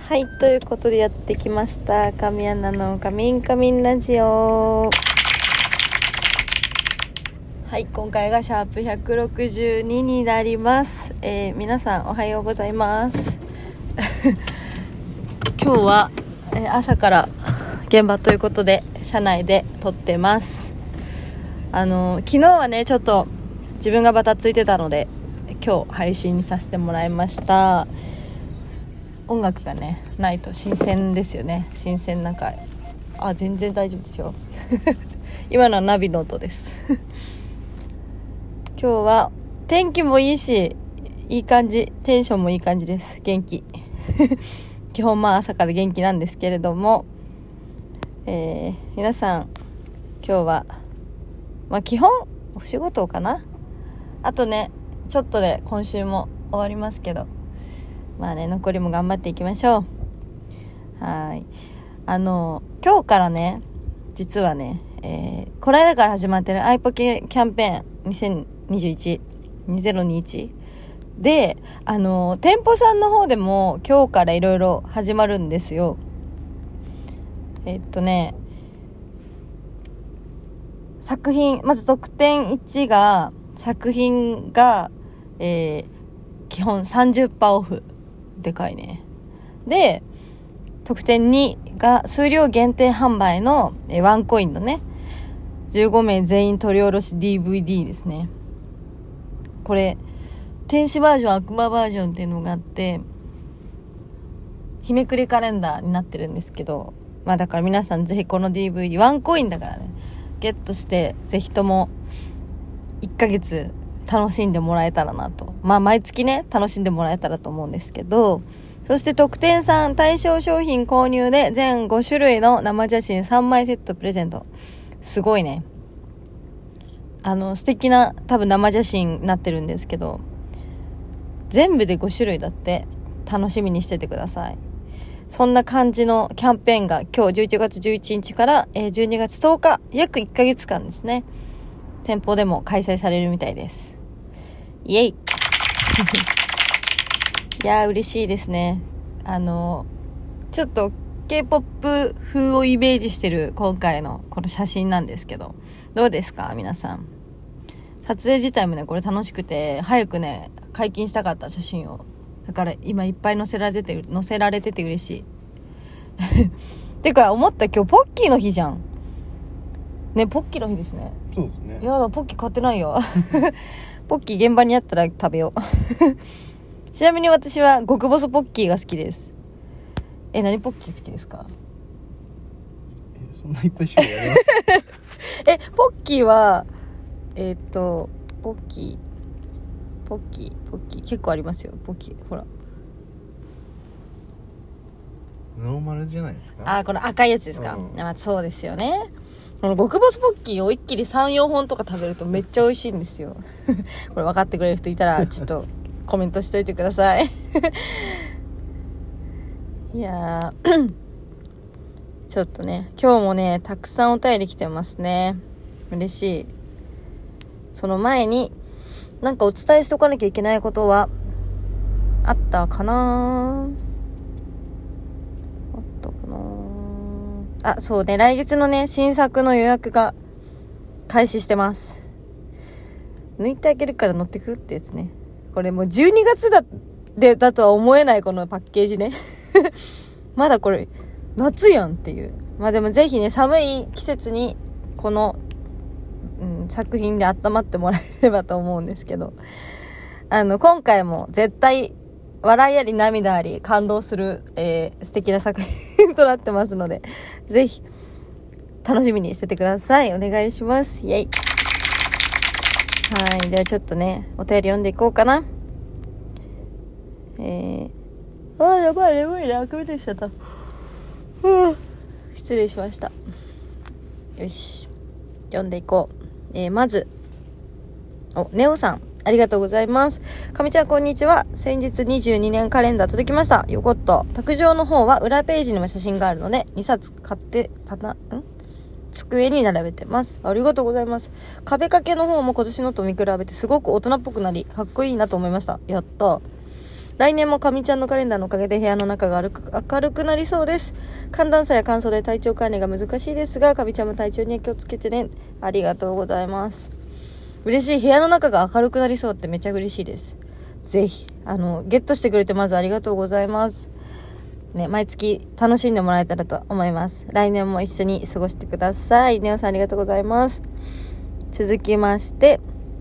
はい、ということでやってきました神アナのカミンカミンラジオ。はい、今回がシャープ162になります。皆さんおはようございます今日は、朝から現場ということで車内で撮ってます。昨日はねちょっと自分がバタついてたので今日配信にさせてもらいました。音楽がねないと新鮮ですよね。新鮮な回。全然大丈夫ですよ今のはナビの音です今日は天気もいいしいい感じ、テンションもいい感じです。元気基本朝から元気なんですけれども、皆さん今日は基本お仕事かな。あとねちょっとで今週も終わりますけど残りも頑張っていきましょう。はい。今日からね実はね、この間から始まってるアイポケキャンペーン2021で店舗さんの方でも今日からいろいろ始まるんですよ。作品まず特典1が作品が、基本 30% オフ。でかいね。で特典2が数量限定販売のワンコインのね15名全員取り下ろし DVD ですね。これ天使バージョン悪魔バージョンっていうのがあって日めくりカレンダーになってるんですけど、だから皆さんぜひこの DVD ワンコインだからねゲットしてぜひとも1ヶ月楽しんでもらえたらなと。毎月ね楽しんでもらえたらと思うんですけど、そして特典3対象商品購入で全5種類の生写真3枚セットプレゼント。すごいね。素敵な多分生写真になってるんですけど全部で5種類だって。楽しみにしててください。そんな感じのキャンペーンが今日11月11日から12月10日約1ヶ月間ですね店舗でも開催されるみたいです。イエイいや嬉しいですね。ちょっと K-POP 風をイメージしてる今回のこの写真なんですけどどうですか皆さん。撮影自体もねこれ楽しくて早くね解禁したかった写真を。だから今いっぱい載せられてて嬉しいてか思った今日ポッキーの日じゃんね。ポッキーの日ですね。 そうですね。 やだポッキー買ってないよポッキー現場にあったら食べようちなみに私は極細ポッキーが好きです。何ポッキー好きですか？ そんないっぱい種類ありますポッキーはポッキー結構ありますよ。ポッキーほらノーマルじゃないですか。 この赤いやつですか？そうですよね。この極細ポッキーを一気に 3,4 本とか食べるとめっちゃ美味しいんですよこれ分かってくれる人いたらちょっとコメントしといてくださいいやちょっとね今日もねたくさんお便り来てますね。嬉しい。その前になんかお伝えしとかなきゃいけないことはあったかな。そうね、来月のね新作の予約が開始してます。抜いてあげるから乗ってくってやつね。これもう12月だとは思えないこのパッケージねまだこれ夏やんっていう。でもぜひね寒い季節にこの、作品で温まってもらえればと思うんですけど今回も絶対笑いあり涙あり感動する、素敵な作品となってますのでぜひ楽しみにしててください。お願いします。イエイ。はい、ではちょっとねお便り読んでいこうかな。やばい眠いね。あくびできちゃった。失礼しました。よし読んでいこう。まずネオさんありがとうございます。かみちゃんこんにちは。先日22年カレンダー届きました。よかった。卓上の方は裏ページにも写真があるので2冊買って机に並べてます。ありがとうございます。壁掛けの方も今年のと見比べてすごく大人っぽくなりかっこいいなと思いました。やった。 来年もかみちゃんのカレンダーのおかげで部屋の中が明るくなりそうです。寒暖差や乾燥で体調管理が難しいですが、かみちゃんも体調には気をつけてね。ありがとうございます。嬉しい。部屋の中が明るくなりそうってめっちゃ嬉しいです。ぜひゲットしてくれてまずありがとうございますね。毎月楽しんでもらえたらと思います。来年も一緒に過ごしてください。ネオさんありがとうございます。続きまして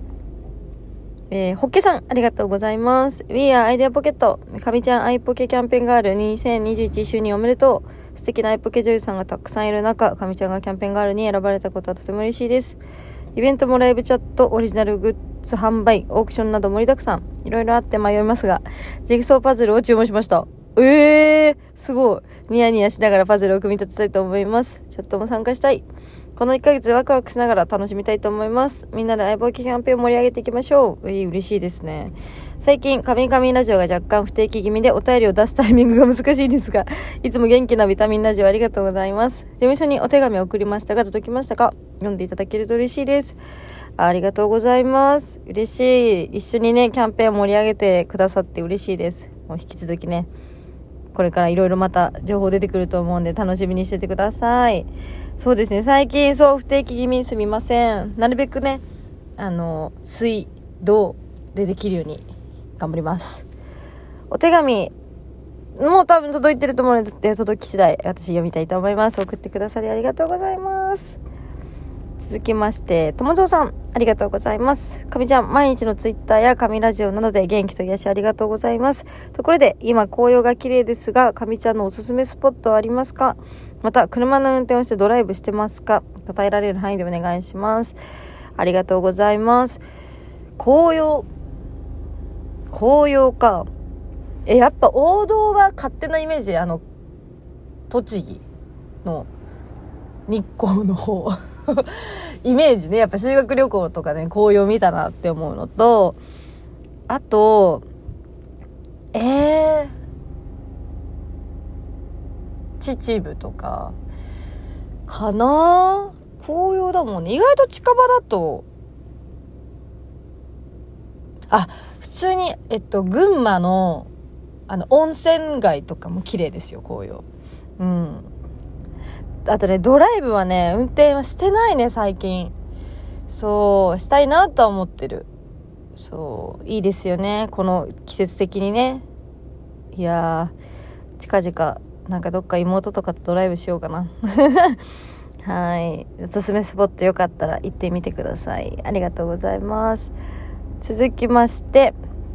ホッケさんありがとうございます。 We are アイデアポケットかみちゃんアイポケキャンペーンガール2021就任おめでとう。素敵なアイポケ女優さんがたくさんいる中、かみちゃんがキャンペーンガールに選ばれたことはとても嬉しいです。イベントもライブチャット、オリジナルグッズ販売、オークションなど盛りだくさん、いろいろあって迷いますが、ジグソーパズルを注文しました。すごい。ニヤニヤしながらパズルを組み立てたいと思います。チャットも参加したい。この1ヶ月ワクワクしながら楽しみたいと思います。みんなで相棒キャンペーンを盛り上げていきましょう。嬉しいですね。最近神々ラジオが若干不定期気味でお便りを出すタイミングが難しいですが、いつも元気なビタミンラジオありがとうございます。事務所にお手紙を送りましたが届きましたか？読んでいただけると嬉しいです。ありがとうございます。嬉しい。一緒にねキャンペーン盛り上げてくださって嬉しいです。もう引き続きね、これからいろいろまた情報出てくると思うんで楽しみにしててください。そうですね、最近不定期気味にすみません。なるべくね水道でできるように頑張ります。お手紙もう多分届いてると思うので、届き次第私読みたいと思います。送ってくださりありがとうございます。続きまして友蔵さんありがとうございます。かみちゃん毎日のツイッターや神ラジオなどで元気と癒しありがとうございます。ところで今紅葉が綺麗ですが、かみちゃんのおすすめスポットはありますか？また車の運転をしてドライブしてますか？答えられる範囲でお願いします。ありがとうございます。紅葉か。やっぱ王道は勝手なイメージ栃木の日光の方イメージね。やっぱ修学旅行とかね紅葉見たなって思うのと、あと秩父とかかな。紅葉だもんね。意外と近場だと普通に群馬の温泉街とかも綺麗ですよ紅葉。あとねドライブはね運転はしてないね最近。したいなとは思ってる。いいですよねこの季節的にね。いや近々なんかどっか妹とかとドライブしようかなはい、おすすめスポットよかったら行ってみてください。ありがとうございます。続きまして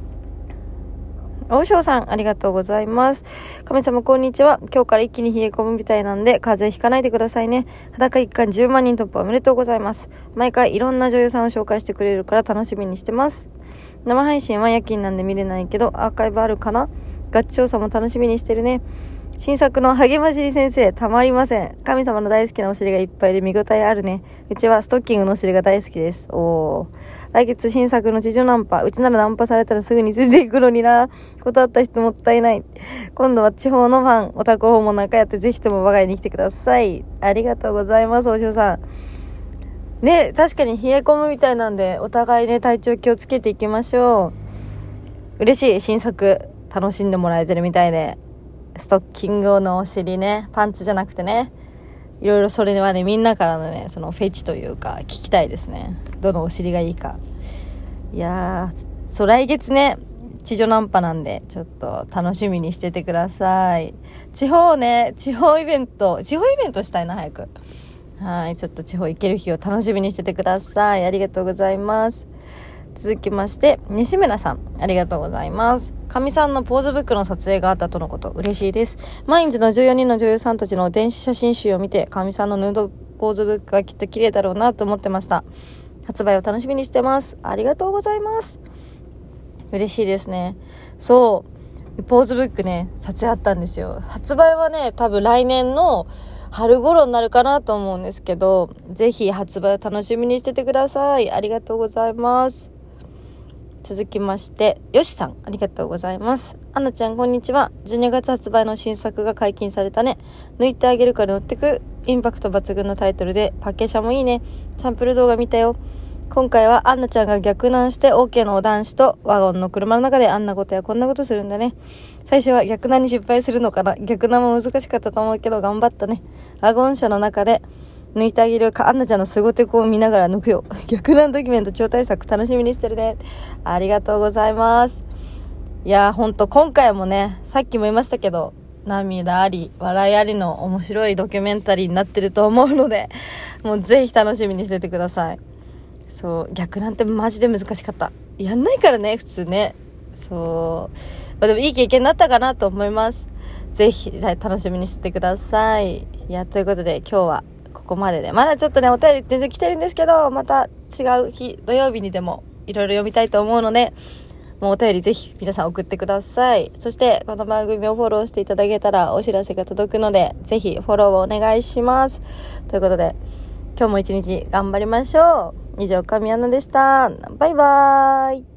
大将さんありがとうございます。神様こんにちは。今日から一気に冷え込むみたいなんで風邪ひかないでくださいね。裸一貫10万人突破おめでとうございます。毎回いろんな女優さんを紹介してくれるから楽しみにしてます。生配信は夜勤なんで見れないけどアーカイブあるかな。ガチ調査も楽しみにしてるね。新作の励ましり先生たまりません。神様の大好きなお尻がいっぱいで見応えあるね。うちはストッキングのお尻が大好きです。来月新作の地上ナンパ。うちならナンパされたらすぐについていくのにな。断った人もったいない。今度は地方のファンオタク訪問なんかやってぜひとも我が家に来てください。ありがとうございます。おしょうさんね。確かに冷え込むみたいなんでお互いね体調気をつけていきましょう。嬉しい。新作楽しんでもらえてるみたいで、ストッキングのお尻ね、パンツじゃなくてね、いろいろそれはねみんなからのねそのフェチというか聞きたいですね。どのお尻がいいか。いや来月ね地上ナンパなんでちょっと楽しみにしててください。地方イベントしたいな早く。はい、ちょっと地方行ける日を楽しみにしててください。ありがとうございます。続きまして西村さんありがとうございます。かみさんのポーズブックの撮影があったとのこと。嬉しいです。毎日の14人の女優さんたちの電子写真集を見てかみさんのヌードポーズブックはきっと綺麗だろうなと思ってました。発売を楽しみにしてます。ありがとうございます。嬉しいですね。ポーズブックね撮影あったんですよ。発売はね多分来年の春頃になるかなと思うんですけど、ぜひ発売を楽しみにしててください。ありがとうございます。続きましてよしさんありがとうございます。アナちゃんこんにちは。12月発売の新作が解禁されたね。抜いてあげるから乗ってく。インパクト抜群のタイトルでパッケージもいいね。サンプル動画見たよ。 今回はアンナちゃんが逆難して OK の男子とワゴンの車の中であんなことやこんなことするんだね。最初は逆難に失敗するのかな。逆難も難しかったと思うけど頑張ったね。ワゴン車の中で抜いてあげるかアンナちゃんのすごテクを見ながら抜くよ。逆難ドキュメント超大作楽しみにしてるね。ありがとうございます。いやほんと今回もね、さっきも言いましたけど、涙あり笑いありの面白いドキュメンタリーになってると思うので、もうぜひ楽しみにしててください。そう、逆なんてマジで難しかった。やんないからね普通ね。そう、でもいい経験になったかなと思います。ぜひ楽しみにしててください。いやということで今日はここまでで、まだちょっとねお便り全然来てるんですけど、また違う日土曜日にでもいろいろ読みたいと思うので、もうお便りぜひ皆さん送ってください。そしてこの番組をフォローしていただけたらお知らせが届くので、ぜひフォローをお願いします。ということで今日も一日頑張りましょう。以上、神アナでした。バイバーイ。